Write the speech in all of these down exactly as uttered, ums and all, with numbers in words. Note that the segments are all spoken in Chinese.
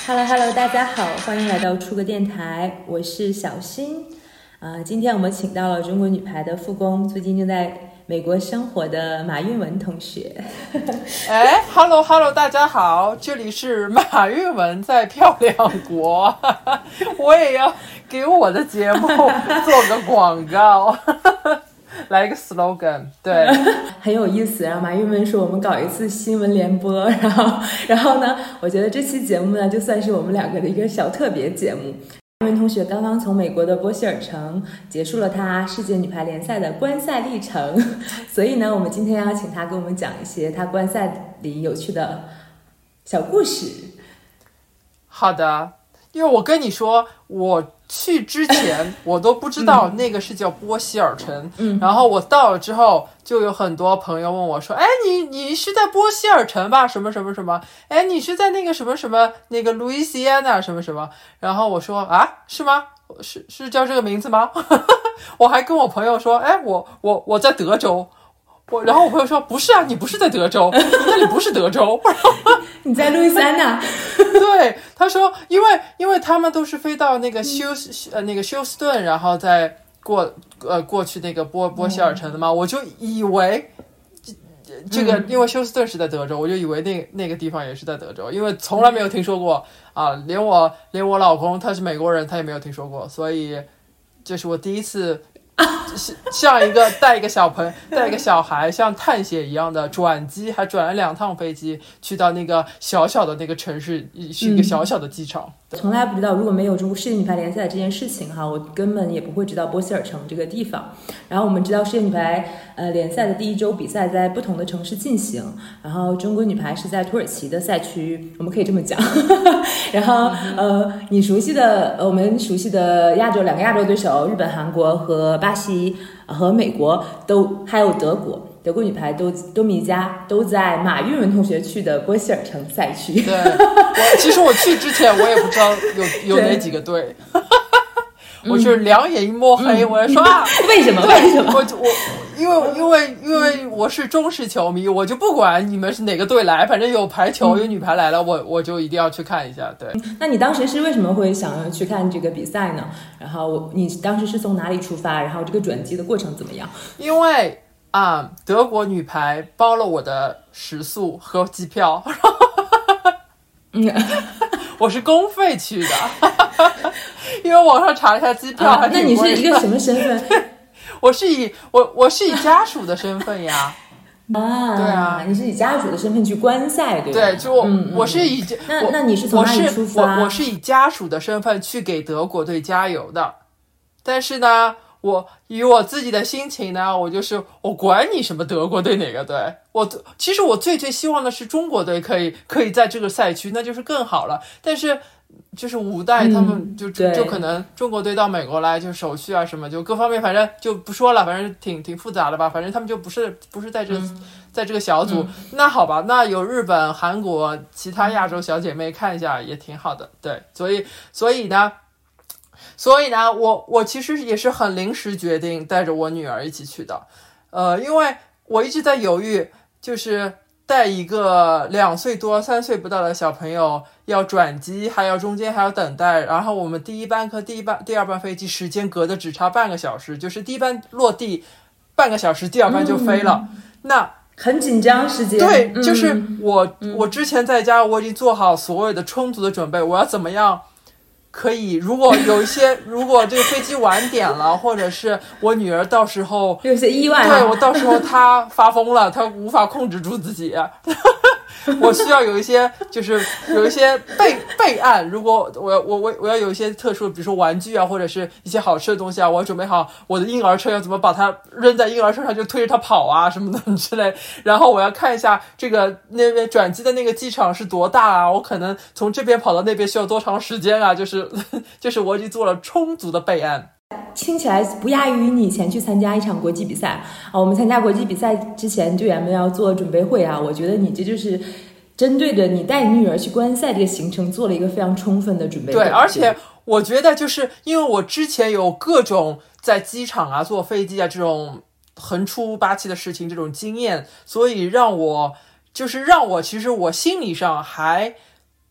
Hello Hello， 大家好，欢迎来到出个电台，我是小新。呃，今天我们请到了中国女排的副攻，最近正在美国生活的马韵文同学。 哎 ，Hello Hello， 大家好，这里是马韵文在漂亮国，我也要给我的节目做个广告。来一个 slogan， 对， 很有意思。然后马韵文说我们搞一次新闻联播，然后，然后呢，我觉得这期节目呢，就算是我们两个的一个小特别节目。马韵文同学刚刚从美国的波希尔城结束了他世界女排联赛的观赛历程，所以呢，我们今天要请他跟我们讲一些他观赛里有趣的小故事。 好的，因为我跟你说，我去之前我都不知道那个是叫波希尔城，嗯，然后我到了之后，就有很多朋友问我说：“哎，你你是在波希尔城吧？什么什么什么？哎，你是在那个什么什么那个路易斯安那什么什么？”然后我说：“啊，是吗？是是叫这个名字吗？”我还跟我朋友说：“哎，我我我在德州。”我然后我朋友说：“不是啊，你不是在德州，那里不是德州。” 你在路易斯安那？ 对，他说，因为因为他们都是飞到那个休呃那个休斯顿，然后再过呃过去那个波波希尔城的嘛，我就以为这个，因为休斯顿是在德州，我就以为那那个地方也是在德州，因为从来没有听说过啊，连我连我老公他是美国人，他也没有听说过，所以这是我第一次。像一个带一个小朋友带一个小孩像探险一样的转机，还转了两趟飞机去到那个小小的那个城市，是一个小小的机场、 嗯、从来不知道，如果没有中国世界女排联赛这件事情哈，我根本也不会知道波希尔城这个地方。然后我们知道世界女排呃联赛的第一周比赛在不同的城市进行，然后中国女排是在土耳其的赛区，我们可以这么讲。然后呃你熟悉的我们熟悉的亚洲两个亚洲对手日本、韩国和巴西和美国都还有德国，德国女排都多米加都在马韵文同学去的波希尔城赛区。 对，我其实我去之前我也不知道有有哪几个队，我就是两眼一摸黑，嗯、我就说啊， 为什么？为什么？ 我我因为因为因为我是忠实球迷，我就不管你们是哪个队来，反正有排球、嗯、有女排来了，我我就一定要去看一下。对， 那你当时是为什么会想要去看这个比赛呢？然后你当时是从哪里出发？然后这个转机的过程怎么样？ 因为啊、嗯，德国女排包了我的食宿和机票，嗯，我是公费去的，因为网上查了一下机票还挺贵的、 啊。那你是一个什么身份？ 我是以我我是以家属的身份呀。 啊， 对啊， 你是以家属的身份去观赛，对吧？ 对，就我、 嗯、 我是以那那你是从哪里出发？ 我是我我是以家属的身份去给德国队加油的，但是呢，我以我自己的心情呢，我就是我管你什么德国队哪个队，我其实我最最希望的是中国队可以可以在这个赛区，那就是更好了。但是就是五代他们就、嗯、就可能中国队到美国来，就手续啊什么，就各方面反正就不说了，反正挺挺复杂的吧。反正他们就不是不是在这、嗯、在这个小组、嗯，那好吧，那有日本、韩国、其他亚洲小姐妹看一下也挺好的。对，所以所以呢。所以呢，我我其实也是很临时决定带着我女儿一起去的，呃，因为我一直在犹豫，就是带一个两岁多、三岁不到的小朋友要转机，还要中间还要等待，然后我们第一班和第一班、第二班飞机时间隔的只差半个小时，就是第一班落地半个小时，第二班就飞了，嗯、那很紧张时间。 对，就是我、嗯、我之前在家我已经做好所有的充足的准备，我要怎么样？可以，如果有一些，如果这个飞机晚点了，或者是我女儿到时候有些意外， 对我到时候她发疯了，她无法控制住自己，我需要有一些，就是有一些备备案。如果我我我我要有一些特殊，比如说玩具啊，或者是一些好吃的东西啊，我要准备好我的婴儿车要怎么把它扔在婴儿车上就推着它跑啊什么的之类。然后我要看一下这个那边转机的那个机场是多大啊，我可能从这边跑到那边需要多长时间啊，就是就是我已经做了充足的备案。 听起来不亚于你以前去参加一场国际比赛啊！我们参加国际比赛之前，队员们要做准备会啊。我觉得你这就是针对着你带你女儿去观赛这个行程做了一个非常充分的准备。 对，而且我觉得就是因为我之前有各种在机场啊、坐飞机啊这种横出八七的事情这种经验，所以让我就是让我其实我心理上还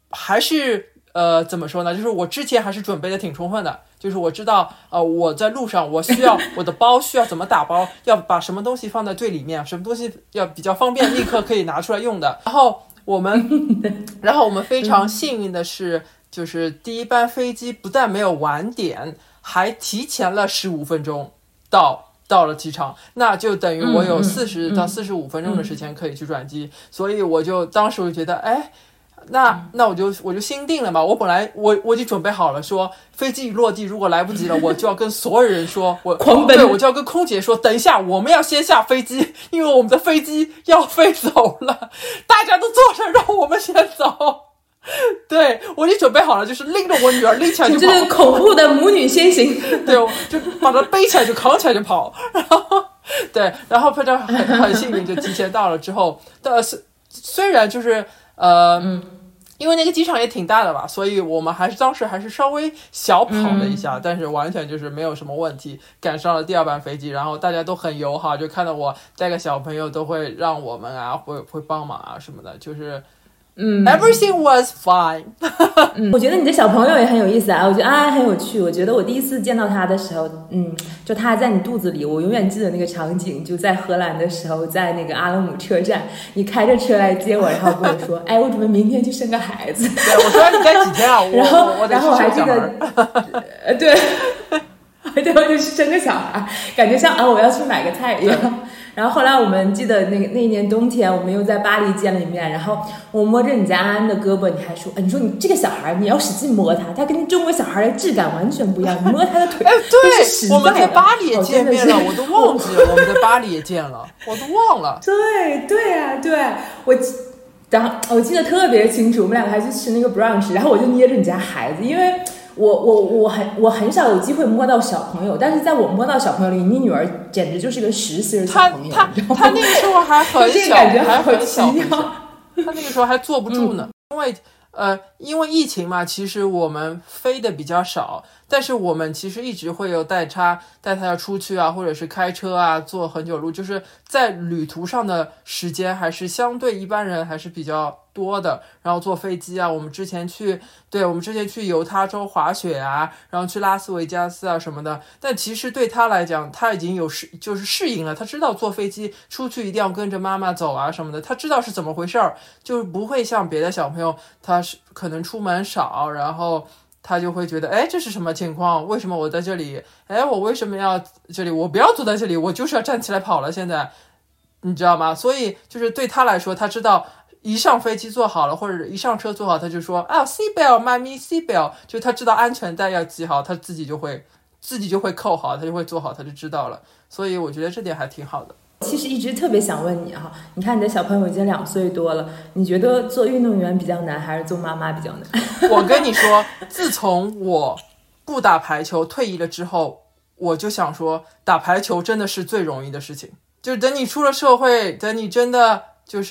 还是呃怎么说呢？就是我之前还是准备的挺充分的，就是我知道呃我在路上我需要我的包需要怎么打包，要把什么东西放在最里面，什么东西要比较方便立刻可以拿出来用的。然后我们，然后我们非常幸运的是，就是第一班飞机不但没有晚点，还提前了十五分钟到。到了机场，那就等于我有四十到四十五分钟的时间可以去转机，嗯嗯、所以我就当时我就觉得，哎，那那我就我就心定了嘛。我本来我我已经准备好了，说飞机一落地，如果来不及了，我就要跟所有人说，我狂奔， 对，我就要跟空姐说，等一下，我们要先下飞机，因为我们的飞机要飞走了，大家都坐着，让我们先走。对，我已经准备好了，就是拎着我女儿拎起来就跑， 这是恐怖的母女先行。 对，就把她背起来就扛起来就跑，然后对，然后非常很很幸运就提前到了之后，但是虽然就是呃，嗯，因为那个机场也挺大的吧，所以我们还是当时还是稍微小跑了一下，嗯、但是完全就是没有什么问题，赶上了第二班飞机，然后大家都很友好，就看到我带个小朋友都会让我们啊，会会帮忙啊什么的，就是。嗯 ，Everything was fine 嗯，我觉得你的小朋友也很有意思啊，我觉得啊很有趣。我觉得我第一次见到他的时候，嗯，就他在你肚子里，我永远记得那个场景，就在荷兰的时候，在那个阿勒姆车站，你开着车来接我，然后跟我说，哎，我准备明天去生个孩子。 对，我说你在几天啊？ 然后， 我然后我还记得，呃，对，对，我就去生个小孩，感觉像啊，我要去买个菜一样。然后后来我们记得那个那一年冬天，我们又在巴黎见了一面。然后我摸着你家安安的胳膊，你还说，哎，你说你这个小孩，你要使劲摸他，他跟中国小孩的质感完全不一样。你摸他的腿， 哎，对，我们在巴黎也见面了，我都忘记了，我们在巴黎也见了，我都忘了。 对对啊，对我。然后我记得特别清楚，我们两个还去吃那个 brunch， 然后我就捏着你家孩子，因为。我我我很我很少有机会摸到小朋友，但是在我摸到小朋友里，你女儿简直就是个实心小朋友。 她她她那个时候还很小， 感觉还很小， 很小她那个时候还坐不住呢，嗯、因为呃因为疫情嘛，其实我们飞的比较少，但是我们其实一直会有带她带她要出去啊，或者是开车啊，坐很久路，就是在旅途上的时间还是相对一般人还是比较。多的，然后坐飞机啊，我们之前去，对我们之前去犹他州滑雪啊，然后去拉斯维加斯啊什么的。但其实对他来讲，他已经有适就是适应了，他知道坐飞机出去一定要跟着妈妈走啊什么的，他知道是怎么回事儿，就是不会像别的小朋友，他是可能出门少，然后他就会觉得，哎，这是什么情况？为什么我在这里？哎，我为什么要这里？我不要坐在这里，我就是要站起来跑了。现在，你知道吗？所以就是对他来说，他知道。一上飞机坐好了，或者一上车坐好，他就说啊 ，seat belt， 妈咪 seat belt， 就他知道安全带要系好，他自己就会自己就会扣好，他就会坐好，他就知道了。所以我觉得这点还挺好的。 其实一直特别想问你哈，你看你的小朋友已经两岁多了，你觉得做运动员比较难，还是做妈妈比较难？ 我跟你说，自从我不打排球退役了之后，我就想说，打排球真的是最容易的事情。就是等你出了社会，等你真的就是。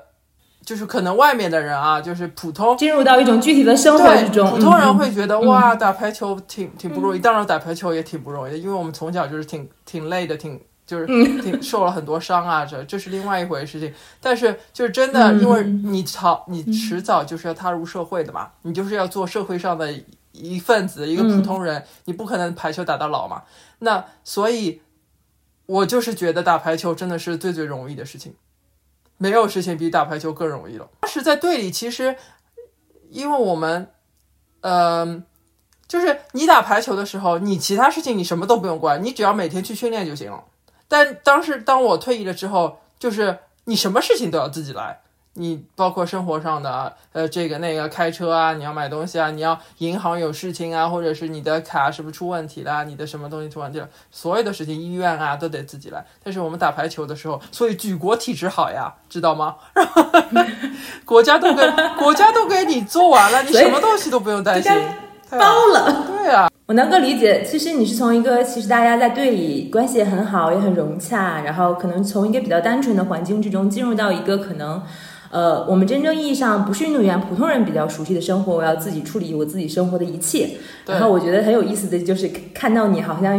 就是可能外面的人啊，就是普通进入到一种具体的生活之中， 普通人会觉得、嗯、哇，打排球挺挺不容易、嗯。当然，打排球也挺不容易的，因为我们从小就是挺挺累的，挺就是挺受了很多伤啊，这这是另外一回事情。但是就是真的，因为你早你迟早就是要踏入社会的嘛，你就是要做社会上的一份子，一个普通人，你不可能排球打到老嘛。那所以，我就是觉得打排球真的是最最容易的事情。没有事情比打排球更容易了。当时在队里，其实因为我们，呃，就是你打排球的时候，你其他事情你什么都不用管，你只要每天去训练就行了。但当时当我退役了之后，就是你什么事情都要自己来，你包括生活上的，呃，这个那个开车啊，你要买东西啊，你要银行有事情啊，或者是你的卡是不是出问题了，你的什么东西出问题了，所有的事情医院啊都得自己来。但是我们打排球的时候，所以举国体质好呀，知道吗？国家都给国家都给你做完了，你什么东西都不用担心， 包了。 对啊， 我能够理解，其实你是从一个其实大家在队里关系也很好，也很融洽，然后可能从一个比较单纯的环境之中进入到一个可能。呃，我们真正意义上不是运动员，普通人比较熟悉的生活，我要自己处理我自己生活的一切。然后我觉得很有意思的就是看到你好像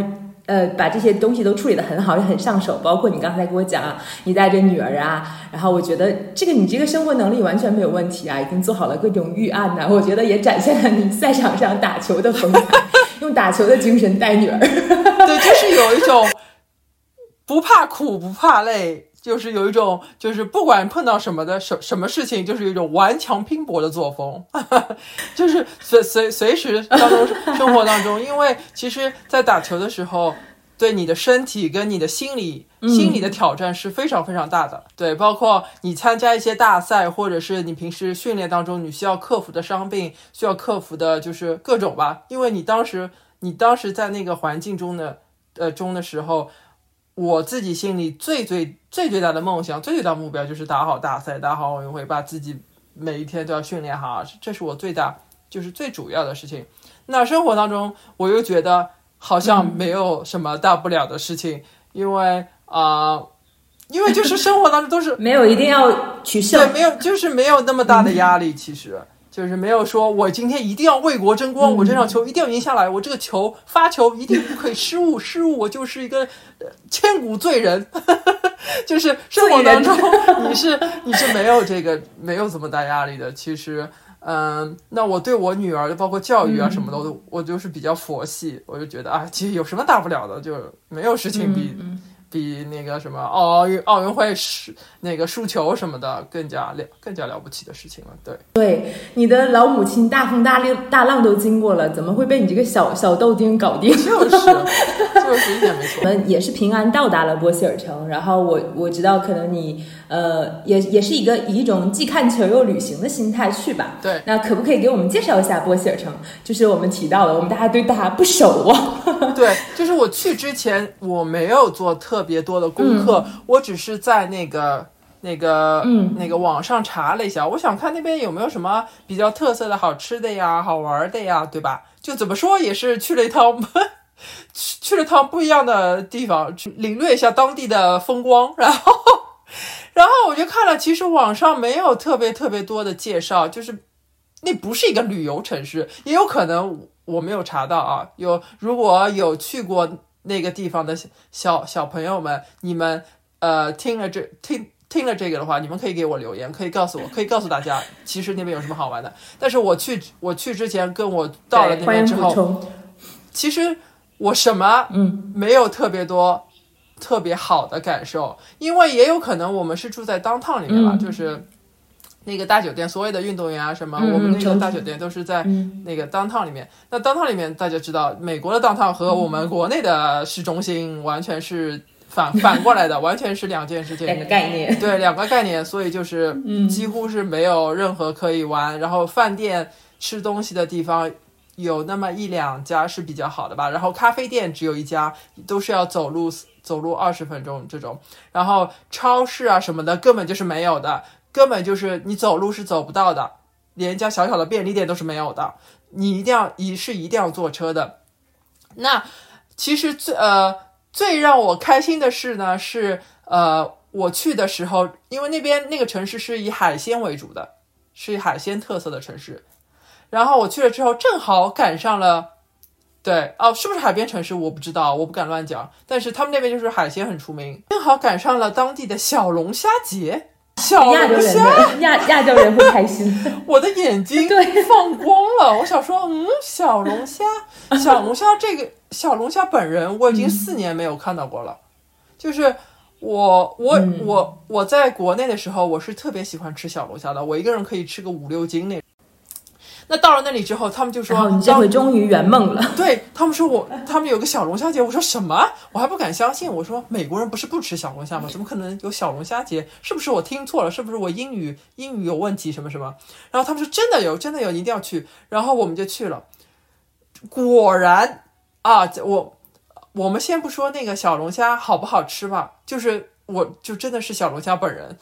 呃，把这些东西都处理得很好，也很上手。包括你刚才给我讲啊，你带着女儿啊，然后我觉得这个你这个生活能力完全没有问题啊，已经做好了各种预案呐、啊。我觉得也展现了你赛场上打球的风采，用打球的精神带女儿。 对，就是有一种不怕苦不怕累。就是有一种，就是不管碰到什么的什什么事情，就是有一种顽强拼搏的作风，就是随随随时当中生活当中，因为其实，在打球的时候，对你的身体跟你的心理、嗯、心理的挑战是非常非常大的。对，包括你参加一些大赛，或者是你平时训练当中，你需要克服的伤病，需要克服的就是各种吧，因为你当时你当时在那个环境中的呃中的时候。我自己心里最最最最大的梦想，最最大的目标就是打好大赛，打好奥运会，把自己每一天都要训练好，这是我最大就是最主要的事情。那生活当中我又觉得好像没有什么大不了的事情，嗯、因为啊、呃，因为就是生活当中都是没有一定要取胜， 对，没有就是没有那么大的压力，其实。就是没有说我今天一定要为国争光、嗯、我这场球一定要赢下来，我这个球发球一定不可以失误，失误我就是一个、呃、千古罪人就是生活当中你是你是没有这个没有这么大压力的。其实嗯，那我对我女儿的包括教育啊什么的、嗯、我就是比较佛系，我就觉得啊，其实有什么大不了的，就没有事情比、嗯嗯比那个什么奥运奥运会是那个输球什么的更加了更加了不起的事情了。对对，你的老母亲大风大浪大浪都经过了，怎么会被你这个小小豆丁搞定？ 就是就是一点没错。 我们也是平安到达了波希尔城，然后我我知道可能你呃也也是一个以一种既看球又旅行的心态去吧。 对， 那可不可以给我们介绍一下波希尔城？就是我们提到了，我们大家对大家不熟啊。 对，就是我去之前我没有做特别多的功课、嗯、我只是在那个那个、嗯、那个网上查了一下，我想看那边有没有什么比较特色的好吃的呀好玩的呀，对吧？就怎么说也是去了一趟去去了趟不一样的地方，去领略一下当地的风光。然后然后我就看了，其实网上没有特别特别多的介绍，就是那不是一个旅游城市，也有可能我没有查到啊。有如果有去过那个地方的小小朋友们，你们呃听了这听听了这个的话，你们可以给我留言，可以告诉我，可以告诉大家，其实那边有什么好玩的。但是我去我去之前，跟我到了那边之后，其实我什么嗯没有特别多、嗯、特别好的感受，因为也有可能我们是住在 downtown 里面了、嗯，就是那个大酒店，所有的运动员啊什么、嗯、我们那个大酒店都是在那个 downtown 里面、嗯、那 downtown 里面大家知道美国的 downtown 和我们国内的市中心完全是反反过来的，完全是两件事情， 两个概念， 对，两个概念，所以就是几乎是没有任何可以玩、嗯、然后饭店吃东西的地方有那么一两家是比较好的吧，然后咖啡店只有一家，都是要走路走路二十分钟这种，然后超市啊什么的根本就是没有的，根本就是你走路是走不到的，连一家小小的便利店都是没有的，你一定要一是一定要坐车的。那其实最呃最让我开心的是呢是呃我去的时候，因为那边那个城市是以海鲜为主的，是以海鲜特色的城市，然后我去了之后正好赶上了，对哦，是不是海边城市我不知道，我不敢乱讲，但是他们那边就是海鲜很出名，正好赶上了当地的小龙虾节。小龙虾， 亚亚洲人会开心。 我的眼睛放光了，我想说，嗯，小龙虾，小龙虾这个小龙虾本人，我已经四年没有看到过了。嗯、就是我我、嗯、我我在国内的时候，我是特别喜欢吃小龙虾的，我一个人可以吃个五六斤那。那到了那里之后，他们就说：“ 哦、你这回终于圆梦了。” 对他们说我，他们有个小龙虾节，我说什么？我还不敢相信。我说美国人不是不吃小龙虾吗？怎么可能有小龙虾节？是不是我听错了？是不是我英语英语有问题？什么什么？然后他们说真的有，真的有，你一定要去。然后我们就去了，果然啊，我我们先不说那个小龙虾好不好吃吧，就是我就真的是小龙虾本人。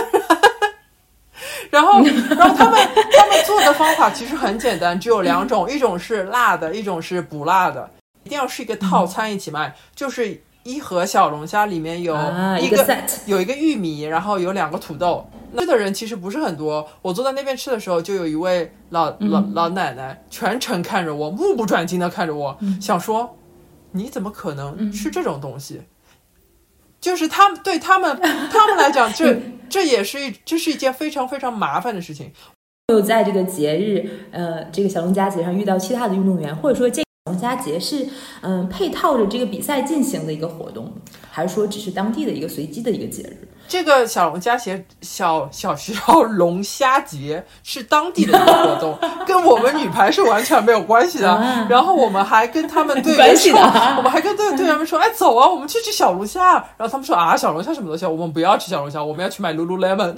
然后，然后他们他们做的方法其实很简单，只有两种，一种是辣的，一种是不辣的，一定要是一个套餐一起卖，就是一盒小龙虾里面有一个、 啊、一个 set 有一个玉米，然后有两个土豆。吃的人其实不是很多，我坐在那边吃的时候，就有一位老老老奶奶全程看着我，目不转睛的看着我，嗯、想说你怎么可能吃这种东西？嗯、就是他们对他们他们来讲，这这也是一这是一件非常非常麻烦的事情。 有在这个节日，呃，这个小龙虾节上遇到其他的运动员，或者说这个小龙虾节是嗯、呃、配套着这个比赛进行的一个活动，还是说只是当地的一个随机的一个节日？ 这个小龙虾节小小小龙虾节是当地的一个活动，跟我们女排是完全没有关系的。啊、然后我们还跟他们队员说，啊、我们还跟队队员们说，哎，走啊，我们去吃小龙虾。然后他们说啊，小龙虾什么东西？我们不要吃小龙虾，我们要去买 Lululemon。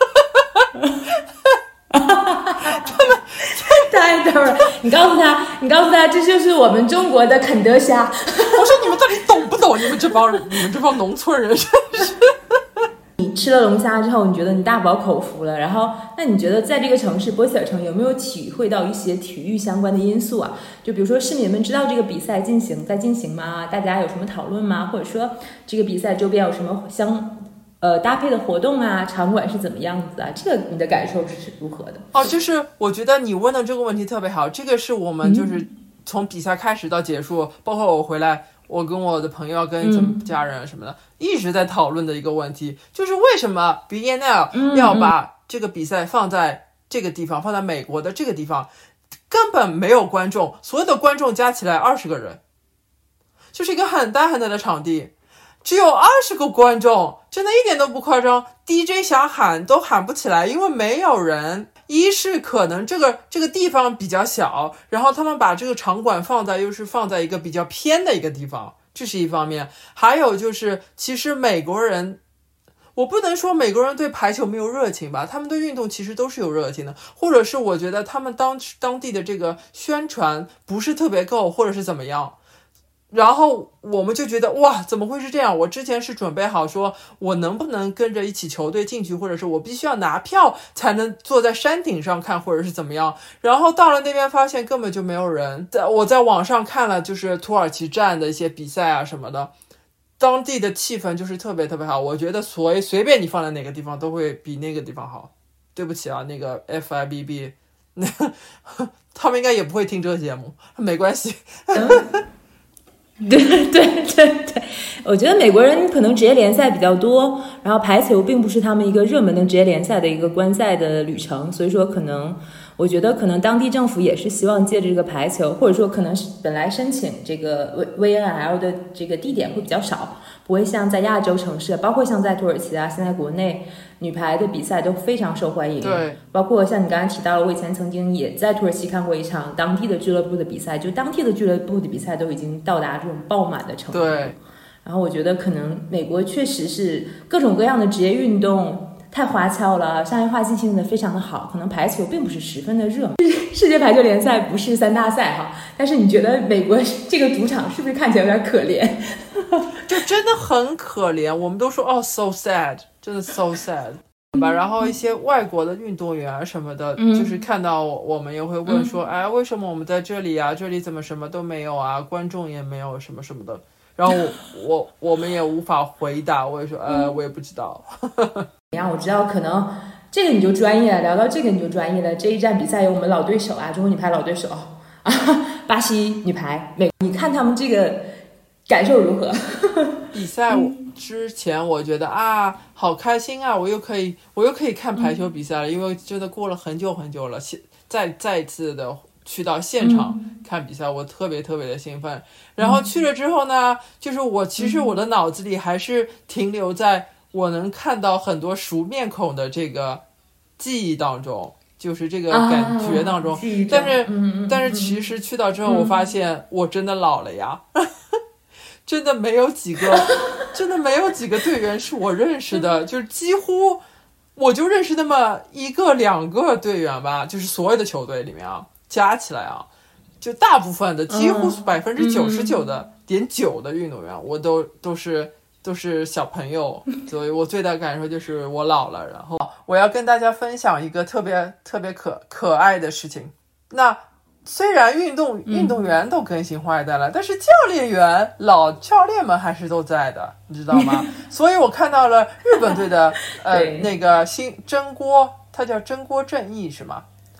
他们太逗了！你告诉他，你告诉他，这就是我们中国的肯德虾。 我说你们到底懂不懂？你们这帮你们这帮农村人真是。 你吃了龙虾之后，你觉得你大饱口福了，然后那你觉得在这个城市波希尔城有没有体会到一些体育相关的因素啊？就比如说市民们知道这个比赛进行在进行吗？大家有什么讨论吗？或者说这个比赛周边有什么相呃搭配的活动啊？场馆是怎么样子啊？这个你的感受是如何的？ 哦，就是我觉得你问的这个问题特别好，这个是我们就是从比赛开始到结束，嗯、包括我回来。我跟我的朋友跟什么家人什么的、嗯、一直在讨论的一个问题，就是为什么 B N L 要把这个比赛放在这个地方、嗯、放在美国的这个地方，根本没有观众，所有的观众加起来二十个人，就是一个很大很大的场地，只有二十个观众，真的一点都不夸张。 D J 想喊都喊不起来，因为没有人。一是可能这个这个地方比较小，然后他们把这个场馆放在又是放在一个比较偏的一个地方，这是一方面。还有就是其实美国人，我不能说美国人对排球没有热情吧，他们对运动其实都是有热情的，或者是我觉得他们当当地的这个宣传不是特别够，或者是怎么样。然后我们就觉得哇，怎么会是这样？我之前是准备好说我能不能跟着一起球队进去，或者是我必须要拿票才能坐在山顶上看，或者是怎么样。然后到了那边发现根本就没有人。我在网上看了就是土耳其站的一些比赛啊什么的，当地的气氛就是特别特别好，我觉得随随便你放在哪个地方都会比那个地方好。对不起啊，那个 F I B B 他们应该也不会听这个节目，没关系。 对对对对，我觉得美国人可能职业联赛比较多，然后排球并不是他们一个热门的职业联赛的一个观赛的旅程，所以说可能我觉得可能当地政府也是希望借着这个排球，或者说可能是本来申请这个 V N L 的这个地点会比较少，不会像在亚洲城市，包括像在土耳其啊，现在国内女排的比赛都非常受欢迎。 对， 包括像你刚才提到了，我以前曾经也在土耳其看过一场当地的俱乐部的比赛，就当地的俱乐部的比赛都已经到达这种爆满的程度。 对， 然后我觉得可能美国确实是各种各样的职业运动太花俏了，商业化进行的非常的好，可能排球并不是十分的热门。世界排球联赛不是三大赛哈，但是你觉得美国这个主场是不是看起来有点可怜？ 就真的很可怜，我们都说哦 so sad， 真的 so sad 吧。然后一些外国的运动员什么的、嗯、就是看到我们也会问说、嗯、哎，为什么我们在这里啊，这里怎么什么都没有啊，观众也没有什么什么的。然后我我我们也无法回答，我也说呃我也不知道。 然后我知道可能这个你就专业了，聊到这个你就专业了。这一站比赛有我们老对手啊，中国女排老对手啊，巴西女排。美，你看他们这个感受如何？ 比赛之前我觉得啊，好开心啊，我又可以我又可以看排球比赛了，嗯、因为真的过了很久很久了，再再一次的去到现场看比赛、嗯、我特别特别的兴奋。然后去了之后呢，就是我其实我的脑子里还是停留在我能看到很多熟面孔的这个记忆当中，就是这个感觉当中、啊、但是、嗯、但是其实去到之后我发现我真的老了呀、嗯、真的没有几个真的没有几个队员是我认识的，就是几乎我就认识那么一个两个队员吧，就是所有的球队里面啊加起来啊，就大部分的几乎百分之九十九的点九的运动员我都都是都是小朋友，所以我最大的感受就是我老了。然后我要跟大家分享一个特别特别可可爱的事情。那虽然运动运动员都更新换代了、嗯、但是教练员老教练们还是都在的，你知道吗？所以我看到了日本队的呃那个新真锅，他叫真锅正义是吗？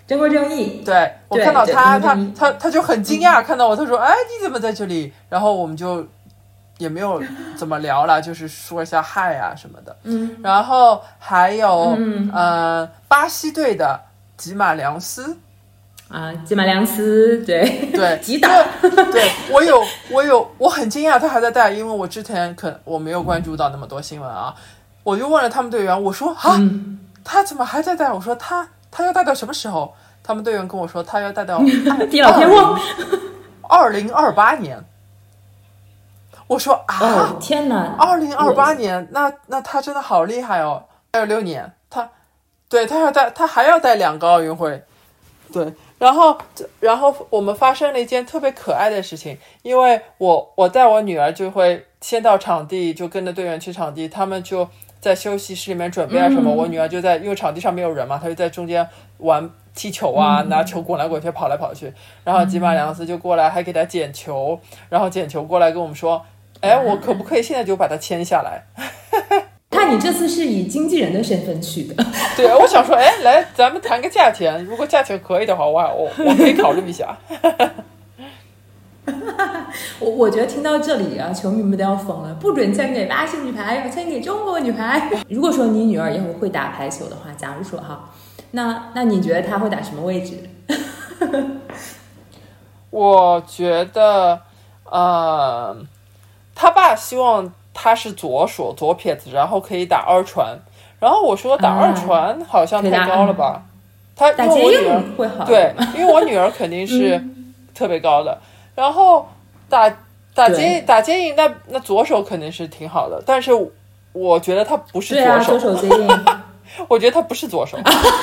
中国正义， 对，我看到他他他他就很惊讶、嗯、看到我，他说哎你怎么在这里，然后我们就也没有怎么聊了，就是说一下嗨啊什么的。 嗯， 然后还有、 嗯、 呃巴西队的吉马良斯啊，吉马良斯，对对， 吉打， 对我有我有我很惊讶他还在带，因为我之前可我没有关注到那么多新闻啊，我就问了他们队员，我说啊、嗯、他怎么还在带，我说他他要带到什么时候，他们队员跟我说他要带到地老天荒二零二八年，我说啊、 哦、天哪， 二零二八年，那那他真的好厉害哦，还有六年，他对他要带他还要带两个奥运会，对，然后然后我们发生了一件特别可爱的事情，因为我我带我女儿就会先到场地，就跟着队员去场地，他们就在休息室里面准备啊什么、嗯、我女儿就在，因为场地上没有人嘛，她就在中间玩踢球啊、嗯、拿球滚来滚去跑来跑去，然后吉马良斯就过来还给她捡球，然后捡球过来跟我们说，哎，我可不可以现在就把它签下来？ 看你这次是以经纪人的身份去的。 对，我想说，哎，来咱们谈个价钱，如果价钱可以的话，我我我可以考虑一下。 我我觉得听到这里啊，球迷们都要疯了，不准签给巴西女排，要签给中国女排。如果说你女儿以后会打排球的话，假如说哈，那那你觉得她会打什么位置？ 我觉得，呃，他爸希望他是左手左撇子，然后可以打二传。然后我说打二传好像太高了吧？嗯、他因为我女儿会好， 对，因为我女儿肯定是特别高的。嗯、然后打打接打接应，那那左手肯定是挺好的，但是我觉得他不是左手， 对啊、左手接应， 我觉得他不是左手。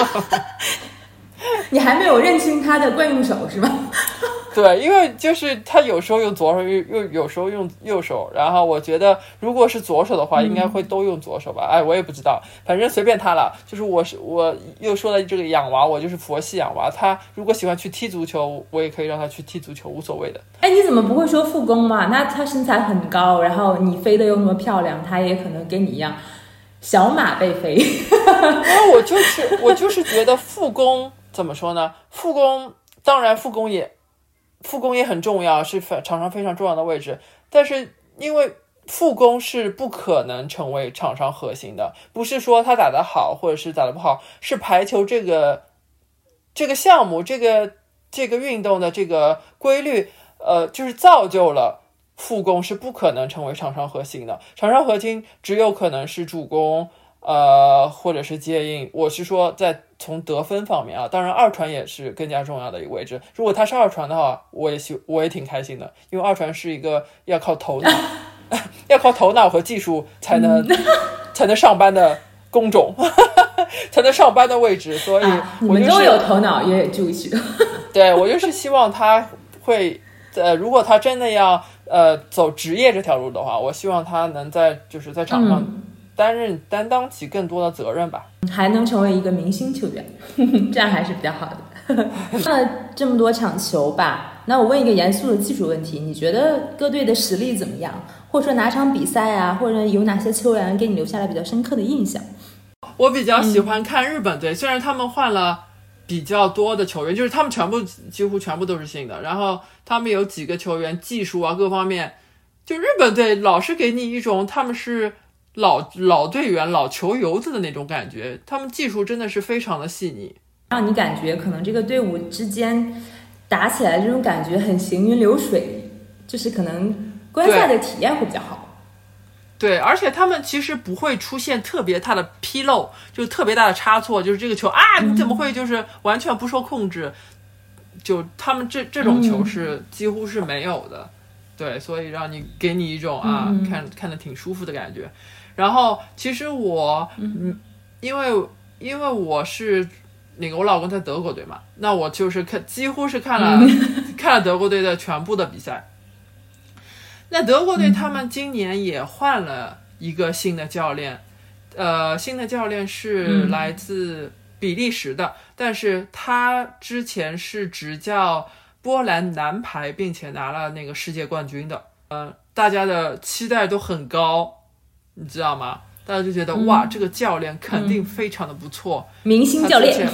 你还没有认清他的惯用手是吧？ 对，因为就是他有时候用左手，又又有时候用右手，然后我觉得如果是左手的话，应该会都用左手吧？嗯、哎，我也不知道，反正随便他了。就是我是我又说了这个养娃，我就是佛系养娃。他如果喜欢去踢足球，我也可以让他去踢足球，无所谓的。 哎，你怎么不会说副攻嘛？那他身材很高，然后你飞得又那么漂亮，他也可能跟你一样小马被飞。 因为我就是我就是觉得副攻怎么说呢？副攻当然副攻也。副攻也很重要，是场上非常重要的位置，但是因为副攻是不可能成为场上核心的，不是说他打得好或者是打得不好，是排球这个这个项目这个这个运动的这个规律，呃，就是造就了副攻是不可能成为场上核心的，场上核心只有可能是主攻，呃，或者是接应。我是说在从得分方面啊，当然二传也是更加重要的一个位置。如果他是二传的话，我也希我也挺开心的，因为二传是一个要靠头脑要靠头脑和技术才能、嗯、才能上班的工种才能上班的位置，所以、 啊、你们都有头脑也有技术。 对，我就是希望他会呃，如果他真的要呃走职业这条路的话，我希望他能在就是在场上、嗯担任担当起更多的责任吧， 还能成为一个明星球员，这样还是比较好的。看了这么多场球吧，那我问一个严肃的技术问题，你觉得各队的实力怎么样？或者说哪场比赛啊，或者有哪些球员给你留下来比较深刻的印象？ 我比较喜欢看日本队、嗯、虽然他们换了比较多的球员，就是他们全部几乎全部都是新的，然后他们有几个球员技术啊各方面，就日本队老是给你一种他们是老老队员老球游子的那种感觉，他们技术真的是非常的细腻， 让你感觉可能这个队伍之间打起来这种感觉很行云流水，就是可能观赛的体验会比较好。 对, 对，而且他们其实不会出现特别大的纰漏，就是特别大的差错，就是这个球啊你怎么会就是完全不受控制、嗯、就他们这这种球是几乎是没有的、嗯、对，所以让你给你一种啊、嗯、看看得挺舒服的感觉。然后其实我嗯，因为因为我是那个我老公在德国队嘛，那我就是看几乎是看了、嗯、看了德国队的全部的比赛。那德国队他们今年也换了一个新的教练，呃，新的教练是来自比利时的、嗯、但是他之前是执教波兰男排并且拿了那个世界冠军的，呃，大家的期待都很高，你知道吗？大家就觉得、嗯、哇，这个教练肯定非常的不错， 明星教练。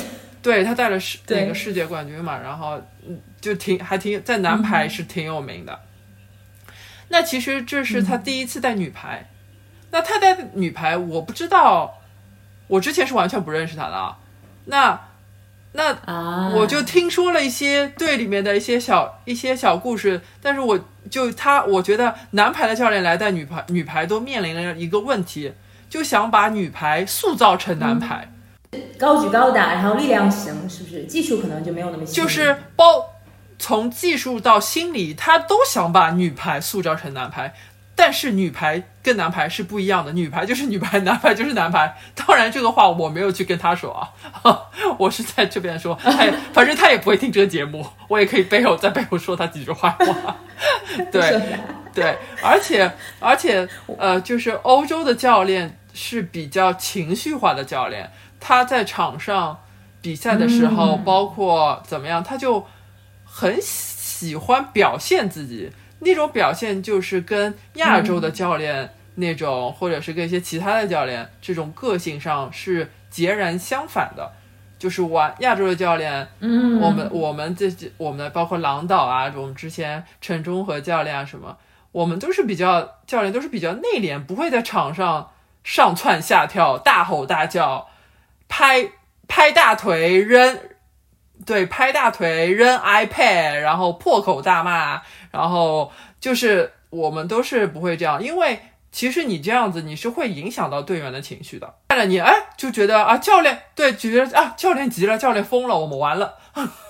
对他带了世那个世界冠军嘛，然后就挺还挺在男排是挺有名的。嗯、那其实这是他第一次带女排，嗯、那他带女排我不知道，我之前是完全不认识他的啊。那那我就听说了一些队里面的一些小一些小故事，但是我就他我觉得男排的教练来带女排，女排都面临了一个问题，就想把女排塑造成男排。 嗯、高举高打，然后力量型，是不是技术可能就没有那么细？ 就是包从技术到心理，他都想把女排塑造成男排。但是女排跟男排是不一样的，女排就是女排，男排就是男排。当然这个话我没有去跟他说啊，我是在这边说，哎，反正他也不会听这个节目，我也可以背后在背后说他几句坏话。对对，而且而且呃，就是欧洲的教练是比较情绪化的教练，他在场上比赛的时候，嗯、包括怎么样，他就很喜欢表现自己。那种表现就是跟亚洲的教练那种、嗯、或者是跟一些其他的教练这种个性上是截然相反的。就是玩亚洲的教练，嗯，我们我们这我们包括郎导啊，我们之前陈忠和教练啊什么，我们都是比较教练都是比较内敛，不会在场上上蹿下跳、大吼大叫、拍拍大腿扔。对，拍大腿扔 iPad， 然后破口大骂，然后就是我们都是不会这样，因为其实你这样子你是会影响到队员的情绪的。看了你哎就觉得啊教练对就觉得啊教练急了，教练疯了，我们完了。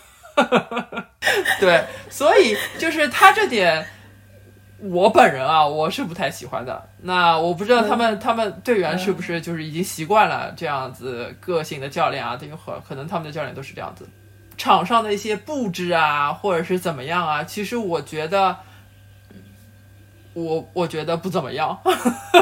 对，所以就是他这点我本人啊我是不太喜欢的。那我不知道他们、嗯、他们队员是不是就是已经习惯了这样子个性的教练啊，等于可能他们的教练都是这样子。场上的一些布置啊或者是怎么样啊，其实我觉得我我觉得不怎么样。我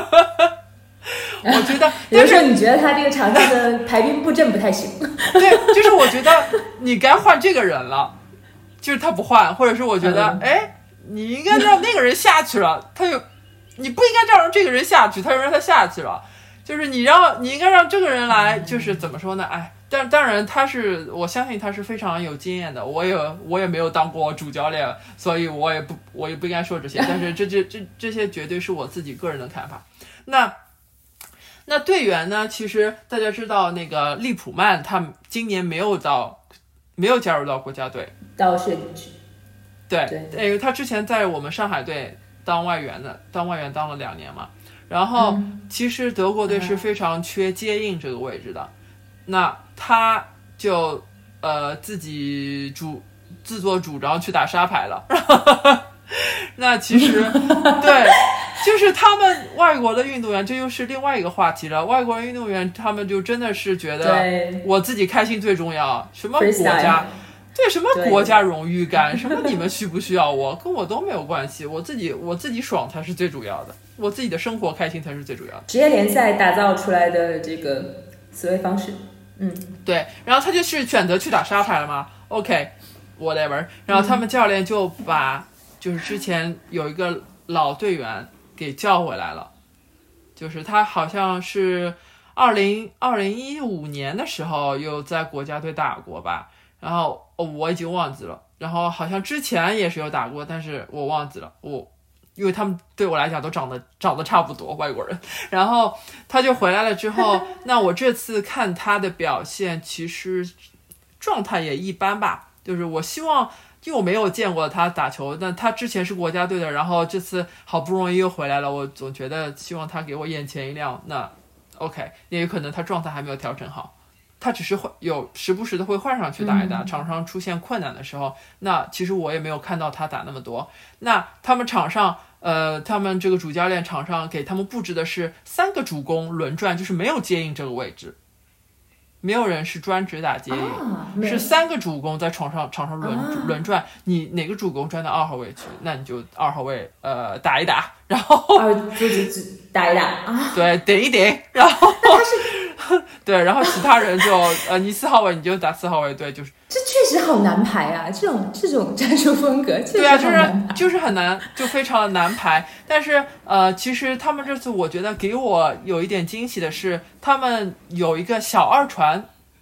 觉得有的时候你觉得他这个场上的排兵布阵不太行。 对，就是我觉得你该换这个人了，就是他不换，或者是我觉得哎、嗯，你应该让那个人下去了，他有你不应该让这个人下去，他又让他下去了，就是你让你应该让这个人来，就是怎么说呢，哎，但当然他是我相信他是非常有经验的，我也我也没有当过主教练，所以我也不我也不应该说这些，但是这这这这些绝对是我自己个人的看法。那那队员呢，其实大家知道那个利普曼他今年没有到没有加入到国家队， 到是对对，因为他之前在我们上海队当外援的，当外援当了两年嘛，然后、嗯、其实德国队是非常缺接应这个位置的、嗯、那他就呃自己主自作主张去打沙排了。那其实对，就是他们外国的运动员，这又是另外一个话题了。外国运动员他们就真的是觉得我自己开心最重要，什么国家对什么国家荣誉感，什么你们需不需要我，跟我都没有关系，我自己我自己爽才是最主要的，我自己的生活开心才是最主要的。 职业联赛打造出来的这个思维方式，嗯， 对，然后他就是选择去打沙排了嘛 ，OK whatever， 然后他们教练就把、嗯、就是之前有一个老队员给叫回来了，就是他好像是二零二零一五年的时候又在国家队打过吧，然后、哦、我已经忘记了，然后好像之前也是有打过，但是我忘记了，我因为他们对我来讲都长得长得差不多外国人，然后他就回来了之后，那我这次看他的表现其实状态也一般吧，就是我希望。因为我没有见过他打球，但他之前是国家队的，然后这次好不容易又回来了，我总觉得希望他给我眼前一亮。那 OK， 也有可能他状态还没有调整好，他只是会有时不时的会换上去打一打、嗯、场上出现困难的时候，那其实我也没有看到他打那么多。那他们场上呃，他们这个主教练场上给他们布置的是三个主攻轮转，就是没有接应这个位置，没有人是专职打接应、啊、是三个主攻在场上场上轮、啊、轮转，你哪个主攻转到二号位去，那你就二号位呃打一打，然后啊就就就打一打啊， 对，顶一顶，然后对，然后其他人就呃你四号位你就打四号位，对，就是这确实好难排啊，这种这种战术风格确实好难排， 对啊，就是就是很难，就非常的难排。但是呃，其实他们这次我觉得给我有一点惊喜的是，他们有一个小二传，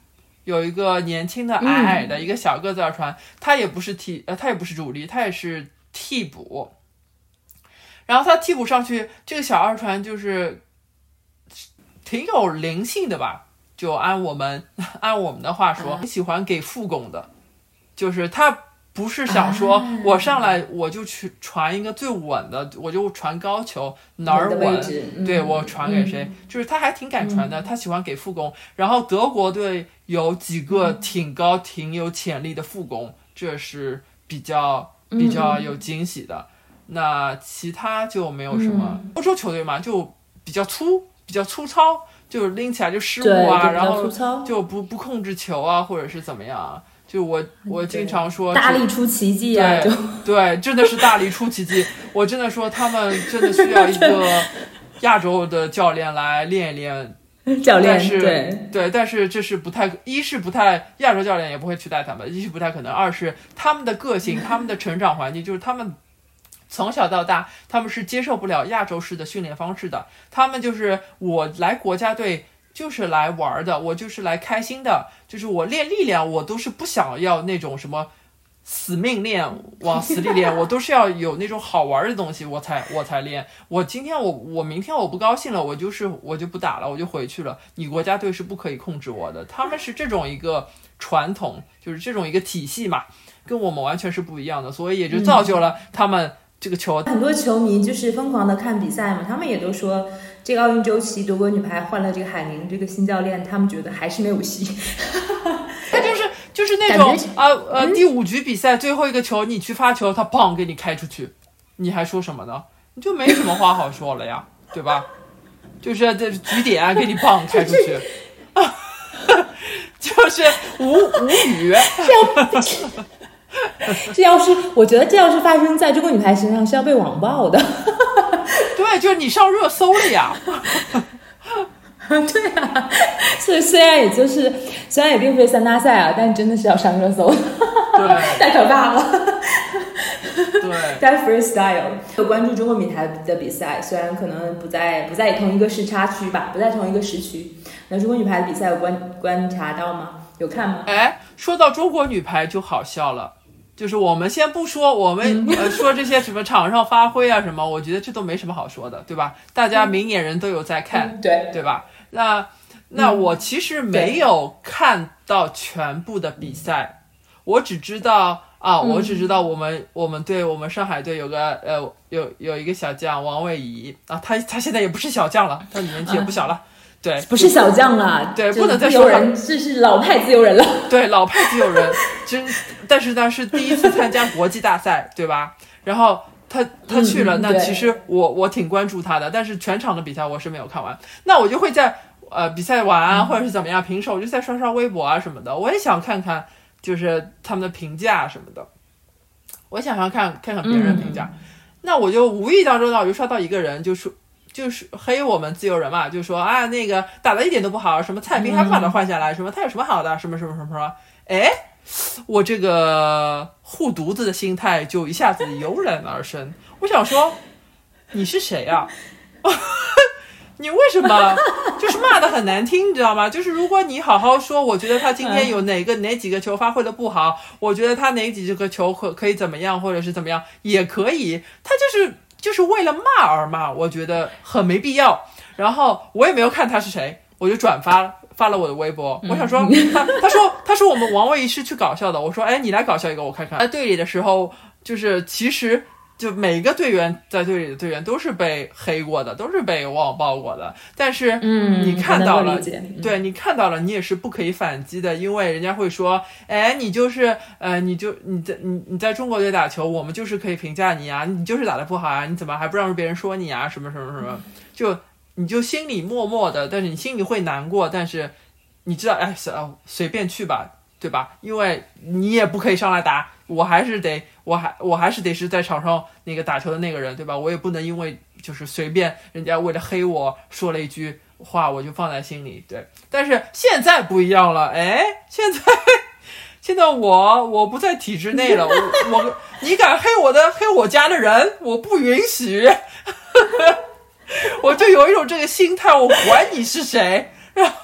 有一个年轻的矮矮的一个小个子二传，他也不是替呃他也不是主力，他也是替补。然后他替补上去，这个小二传就是挺有灵性的吧，就按我们按我们的话说，喜欢给副攻的，就是他不是想说我上来我就去传一个最稳的，我就传高球哪儿稳， 嗯、 对我传给谁、嗯，就是他还挺敢传的、嗯，他喜欢给副攻。然后德国队有几个挺高、挺有潜力的副攻，这是比较比较有惊喜的。嗯、那其他就没有什么，欧、嗯、洲球队嘛，就比较粗、比较粗糙，就拎起来就失误啊，然后就不不控制球啊，或者是怎么样啊。就我我经常说大力出奇迹啊， 对对，真的是大力出奇迹。我真的说他们真的需要一个亚洲的教练来练一练。 教练是对对，但是这是不太，一是不太，亚洲教练也不会去带他们，一是不太可能，二是他们的个性，他们的成长环境，就是他们从小到大，他们是接受不了亚洲式的训练方式的。他们就是我来国家队。就是来玩的，我就是来开心的，就是我练力量，我都是不想要那种什么死命练，往死里练，我都是要有那种好玩的东西，我才我才练。我今天我我明天我不高兴了，我就是我就不打了，我就回去了。你国家队是不可以控制我的，他们是这种一个传统，就是这种一个体系嘛，跟我们完全是不一样的，所以也就造就了他们这个球。 很多球迷就是疯狂的看比赛嘛，他们也都说。这个奥运周期，德国女排换了这个海宁这个新教练，他们觉得还是没有戏。 他就是就是那种啊呃、嗯、第五局比赛最后一个球，你去发球，他砰给你开出去，你还说什么呢？你就没什么话好说了呀，对吧？就是这局点啊，给你砰开出去，就是无无语。 这要是我觉得这要是发生在中国女排身上是要被网暴的。 对，就是你上热搜了呀。 对啊，所以虽然也就是虽然也并非三大赛啊，但真的是要上热搜。 对， 太可怕了。 对， 在 freestyle 有关注中国女排的比赛，虽然可能不在不在同一个时差区吧，不在同一个时区。那中国女排的比赛有观观察到吗？有看吗？ 哎，说到中国女排就好笑了。就是我们先不说我们、嗯、呃说这些什么场上发挥啊什么，我觉得这都没什么好说的，对吧？大家明眼人都有在看， 嗯、对对吧？那那我其实没有看到全部的比赛，我只知道啊，我只知道我们、嗯、我们队我们上海队有个呃有有一个小将王卫怡啊，他他现在也不是小将了，他年纪也不小了。嗯对， 不是小将了， 对，不能再说人，这是老派自由人了。 对，老派自由人，真，但是呢是第一次参加国际大赛，对吧？然后他他去了，嗯、那其实我我挺关注他的，但是全场的比赛我是没有看完。那我就会在呃比赛完啊，或者是怎么样平手，我就再刷刷微博啊什么的，我也想看看就是他们的评价什么的，我也想想看看看别人评价。嗯、那我就无意当中呢，我就刷到一个人就说。就是黑我们自由人嘛，就说啊那个打得一点都不好，什么蔡斌还不把他换下来，什么他有什么好的，什么什么什么什么，哎，我这个护犊子的心态就一下子油然而生。我想说，你是谁啊？你为什么就是骂得很难听，你知道吗？就是如果你好好说，我觉得他今天有哪个哪几个球发挥的不好，我觉得他哪几个球可可以怎么样，或者是怎么样也可以，他就是。就是为了骂而骂，我觉得很没必要。然后我也没有看他是谁，我就转发发了我的微博。我想说，他他说他说我们王卫怡是去搞笑的。我说，哎，你来搞笑一个我看看。在队里的时候，就是其实就每个队员在队里的队员都是被黑过的，都是被网暴过的。但是， 嗯， 你看到了， 嗯、 对你看到了，你也是不可以反击的，因为人家会说，哎，你就是呃，你就你在你你在中国队打球，我们就是可以评价你啊，你就是打得不好啊，你怎么还不让别人说你啊，什么什么什么，就你就心里默默的，但是你心里会难过，但是你知道，哎，随便去吧，对吧？因为你也不可以上来打。我还是得，我还我还是得是在场上那个打球的那个人，对吧？我也不能因为就是随便人家为了黑我说了一句话，我就放在心里，对。但是现在不一样了，哎，现在现在我我不在体制内了，我我你敢黑我的黑我家的人，我不允许，我就有一种这个心态，我管你是谁，然后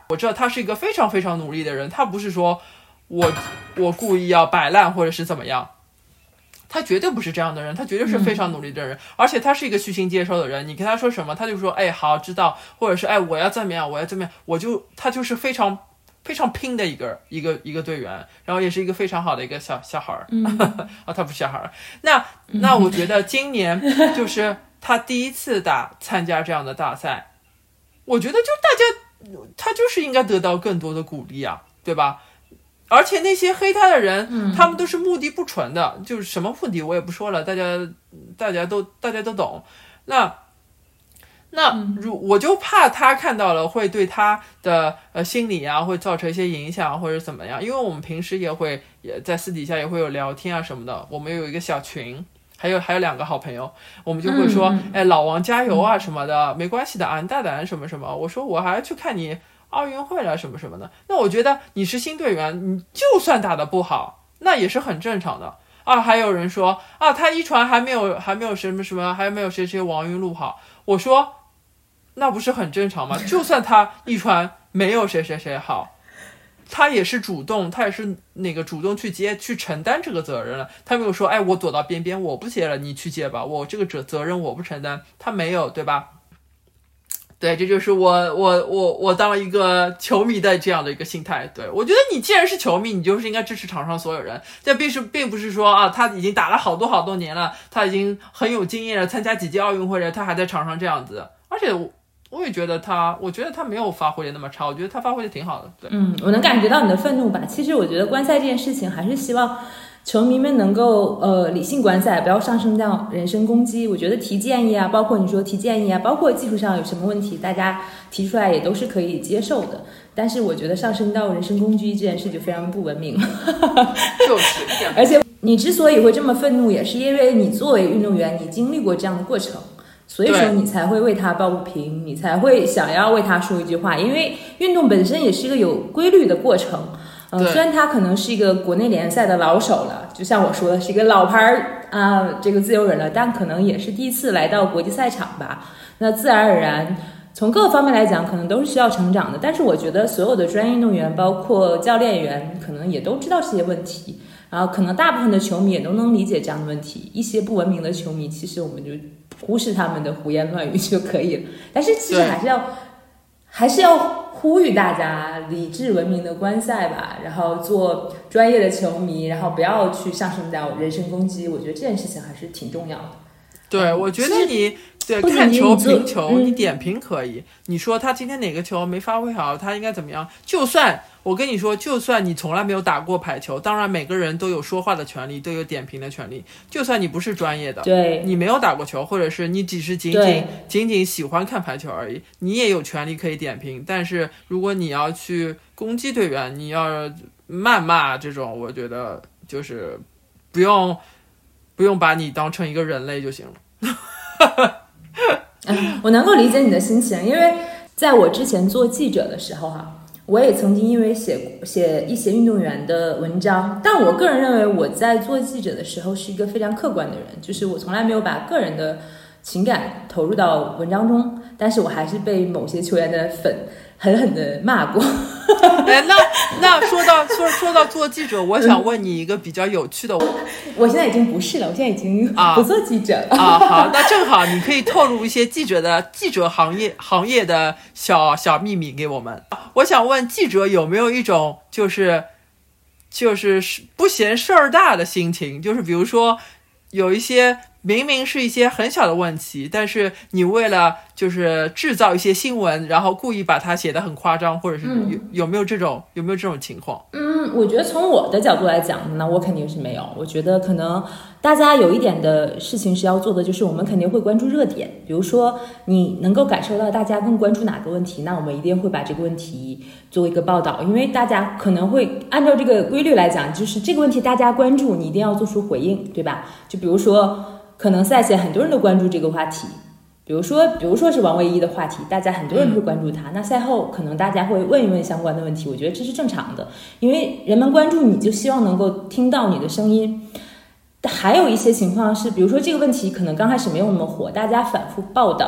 我知道他是一个非常非常努力的人，他不是说我我故意要摆烂或者是怎么样，他绝对不是这样的人，他绝对是非常努力的人、嗯、而且他是一个虚心接受的人，你跟他说什么他就说哎好知道，或者是哎我要怎么样我要怎么样，我就他就是非常非常拼的一个一个一个队员，然后也是一个非常好的一个小小孩、嗯、啊他不是小孩，那那我觉得今年就是他第一次打参加这样的大赛，我觉得就大家他就是应该得到更多的鼓励啊，对吧？而且那些黑他的人、嗯、他们都是目的不纯的，就是什么目的我也不说了，大家大家都大家都懂。那那如我就怕他看到了会对他的呃心理啊会造成一些影响或者怎么样，因为我们平时也会也在私底下也会有聊天啊什么的，我们有一个小群，还有还有两个好朋友，我们就会说、嗯、哎老王加油啊什么的、嗯、没关系的啊，你大胆什么什么，我说我还去看你奥运会了什么什么的，那我觉得你是新队员，你就算打得不好那也是很正常的啊。还有人说啊他一传还没有还没有什么什么还没有谁谁王云路好，我说那不是很正常吗？就算他一传没有谁谁谁好，他也是主动他也是那个主动去接去承担这个责任了，他没有说哎我躲到边边我不接了你去接吧，我这个责责任我不承担，他没有，对吧？对，这就是我我我我当一个球迷的这样的一个心态。对，我觉得你既然是球迷，你就是应该支持场上所有人。这并是并不是说啊，他已经打了好多好多年了，他已经很有经验了，参加几届奥运会了，他还在场上这样子。而且我我也觉得他，我觉得他没有发挥的那么差，我觉得他发挥的挺好的。对， 嗯，我能感觉到你的愤怒吧。其实我觉得观赛这件事情，还是希望球迷们能够呃理性观赛，不要上升到人身攻击。我觉得提建议啊，包括你说提建议啊，包括技术上有什么问题，大家提出来也都是可以接受的。但是我觉得上升到人身攻击这件事就非常不文明。 就是一点。 而且你之所以会这么愤怒，也是因为你作为运动员，你经历过这样的过程。所以说你才会为他抱不平，你才会想要为他说一句话，因为运动本身也是一个有规律的过程。呃，虽然他可能是一个国内联赛的老手了，就像我说的是一个老牌啊，这个自由人了，但可能也是第一次来到国际赛场吧。那自然而然，从各个方面来讲，可能都是需要成长的。但是我觉得所有的专业运动员，包括教练员，可能也都知道这些问题。然后可能大部分的球迷也都能理解这样的问题。一些不文明的球迷，其实我们就忽视他们的胡言乱语就可以了。但是其实还是要还是要呼吁大家理智文明的观赛吧，然后做专业的球迷，然后不要去上升到人身攻击。我觉得这件事情还是挺重要的。 对，我觉得你对看球评球、嗯、你点评可以，你说他今天哪个球没发挥好，他应该怎么样，就算我跟你说，就算你从来没有打过排球，当然每个人都有说话的权利，都有点评的权利，就算你不是专业的， 对， 你没有打过球，或者是你只是仅仅仅仅喜欢看排球而已，你也有权利可以点评。但是如果你要去攻击队员，你要谩骂这种，我觉得就是不用不用把你当成一个人类就行了。 嗯，我能够理解你的心情，因为在我之前做记者的时候哈、啊，我也曾经因为写写一些运动员的文章，但我个人认为我在做记者的时候是一个非常客观的人，就是我从来没有把个人的情感投入到文章中，但是我还是被某些球员的粉狠狠的骂过。 哎，那那说到说说到做记者，我想问你一个比较有趣的。 我现在已经不是了，我现在已经不做记者了。 啊，啊好，那正好你可以透露一些记者的记者行业行业的小小秘密给我们。我想问记者有没有一种就是就是不嫌事儿大的心情，就是比如说有一些明明是一些很小的问题，但是你为了就是制造一些新闻，然后故意把它写得很夸张，或者是有、嗯、有没有这种有没有这种情况？ 嗯，我觉得从我的角度来讲，那我肯定是没有。我觉得可能大家有一点的事情是要做的，就是我们肯定会关注热点。比如说你能够感受到大家更关注哪个问题，那我们一定会把这个问题做一个报道，因为大家可能会按照这个规律来讲，就是这个问题大家关注，你一定要做出回应，对吧？就比如说可能赛前很多人都关注这个话题，比如说比如说是王唯一的话题，大家很多人会关注他、嗯、那赛后可能大家会问一问相关的问题，我觉得这是正常的，因为人们关注你就希望能够听到你的声音。还有一些情况是，比如说这个问题可能刚开始没有那么火，大家反复报道，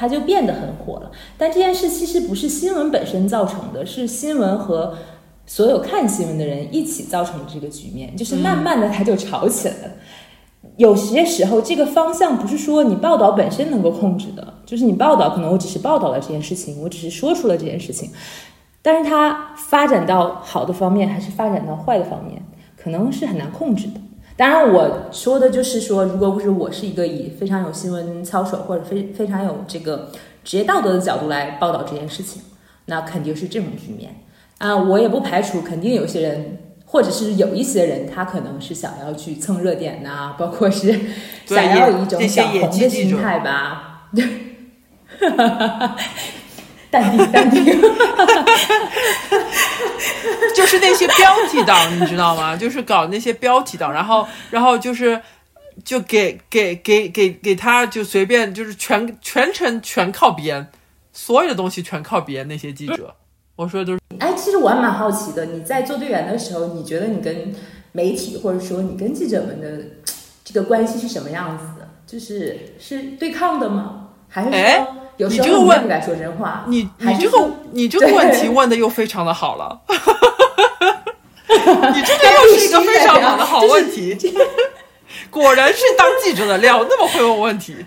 它就变得很火了。但这件事其实不是新闻本身造成的，是新闻和所有看新闻的人一起造成的这个局面，就是慢慢的它就吵起来了。嗯、有些时候这个方向不是说你报道本身能够控制的，就是你报道可能我只是报道了这件事情，我只是说出了这件事情，但是它发展到好的方面还是发展到坏的方面，可能是很难控制的。当然我说的就是说，如果不是我是一个以非常有新闻操守或者非非常有这个职业道德的角度来报道这件事情，那肯定是这种局面啊。我也不排除肯定有些人或者是有一些人他可能是想要去蹭热点呐、啊，包括是想要有一种小红的心态吧。淡定淡定就是那些标题党你知道吗，就是搞那些标题党，然后然后就是就给给给给给他就随便就是全全程全靠编，所有的东西全靠编，那些记者我说的都是。 哎，其实我还蛮好奇的，你在做队员的时候，你觉得你跟媒体或者说你跟记者们的这个关系是什么样子的？就是是对抗的吗？还是说有时候你也不敢说真话？ 你你这个你这个问题问的又非常的好了，你这个又是一个非常好的好问题，就是、果然是当记者的料，那么会问问题。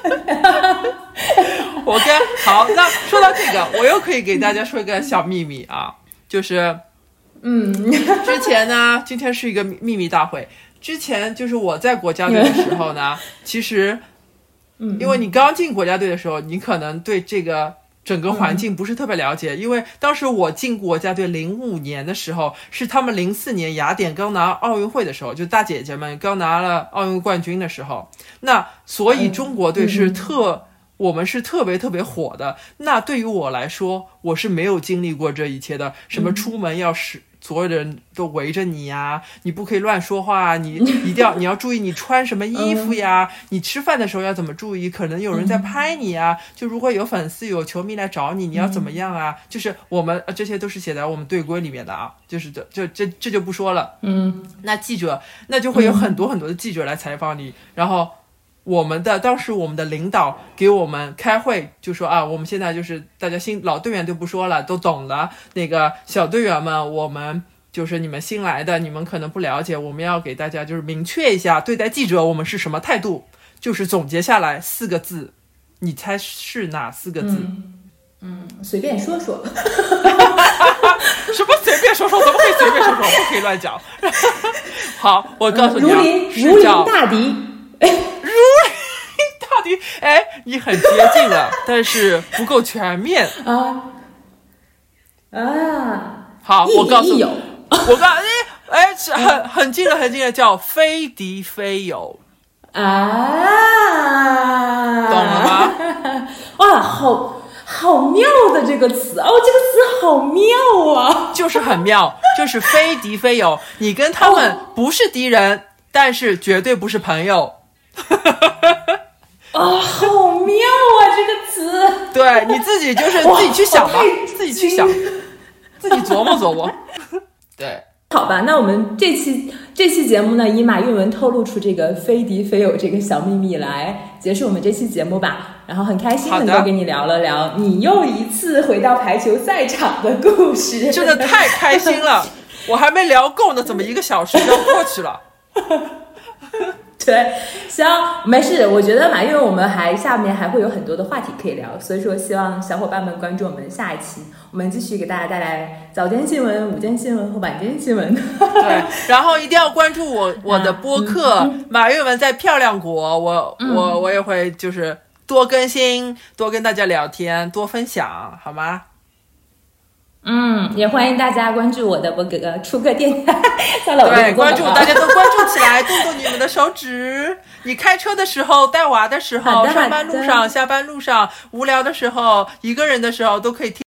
我跟好，那说到这个，我又可以给大家说一个小秘密啊，就是嗯， 之前呢，今天是一个秘密大会。之前就是我在国家队的时候呢，其实。因为你刚进国家队的时候，你可能对这个整个环境不是特别了解，嗯、因为当时我进国家队零五年的时候，是他们零四年雅典刚拿奥运会的时候，就大姐姐们刚拿了奥运冠军的时候，那所以中国队是特、嗯、我们是特别特别火的。那对于我来说，我是没有经历过这一切的，什么出门要是。嗯所有的人都围着你呀，你不可以乱说话，你一定要你要注意你穿什么衣服呀，嗯、你吃饭的时候要怎么注意，可能有人在拍你呀，嗯、就如果有粉丝有球迷来找你，你要怎么样啊？嗯、就是我们这些都是写在我们队规里面的啊，就是这这这这就不说了。 嗯， 那记者那就会有很多很多的记者来采访你，嗯、然后。我们的当时我们的领导给我们开会就说啊，我们现在就是大家新老队员就不说了，都懂了，那个小队员们我们就是你们新来的，你们可能不了解，我们要给大家就是明确一下对待记者我们是什么态度，就是总结下来四个字，你猜是哪四个字？ 嗯，嗯随便说说。 什么随便说说？怎么可以随便说说？不可以乱讲。好，我告诉你、啊， 如临如临大敌。 如临大敌，哎，你很接近了，但是不够全面啊啊！ 好，我告诉你，我告诉你，哎，很很近了，很近了，叫非敌非友啊， 懂了吗？ 哇，好好妙的这个词哦，这个词好妙啊， 就是很妙，就是非敌非友，你跟他们不是敌人，哦、但是绝对不是朋友。 啊、哦，好妙啊！这个词， 对，你自己就是自己去想吧，自己去想，自己琢磨琢磨。对， 好吧，那我们这期这期节目呢，以马韵文透露出这个非敌非友这个小秘密来结束我们这期节目吧。然后很开心能够跟你聊了聊你又一次回到排球赛场的故事， 真的太开心了！我还没聊够呢，怎么一个小时就过去了？ 对，行，没事。我觉得嘛，因为我们还下面还会有很多的话题可以聊，所以说希望小伙伴们关注我们下一期，我们继续给大家带来早间新闻、午间新闻和晚间新闻。 对，然后一定要关注我我的播客、啊嗯、马韵文在漂亮国，我、嗯、我我也会就是多更新，多跟大家聊天，多分享，好吗？ 嗯，也欢迎大家关注我的博格出客电台。算了， 对，关注大家都关注起来，动动你们的手指。你开车的时候、带娃的时候、上班路上、下班路上、无聊的时候、一个人的时候都可以听。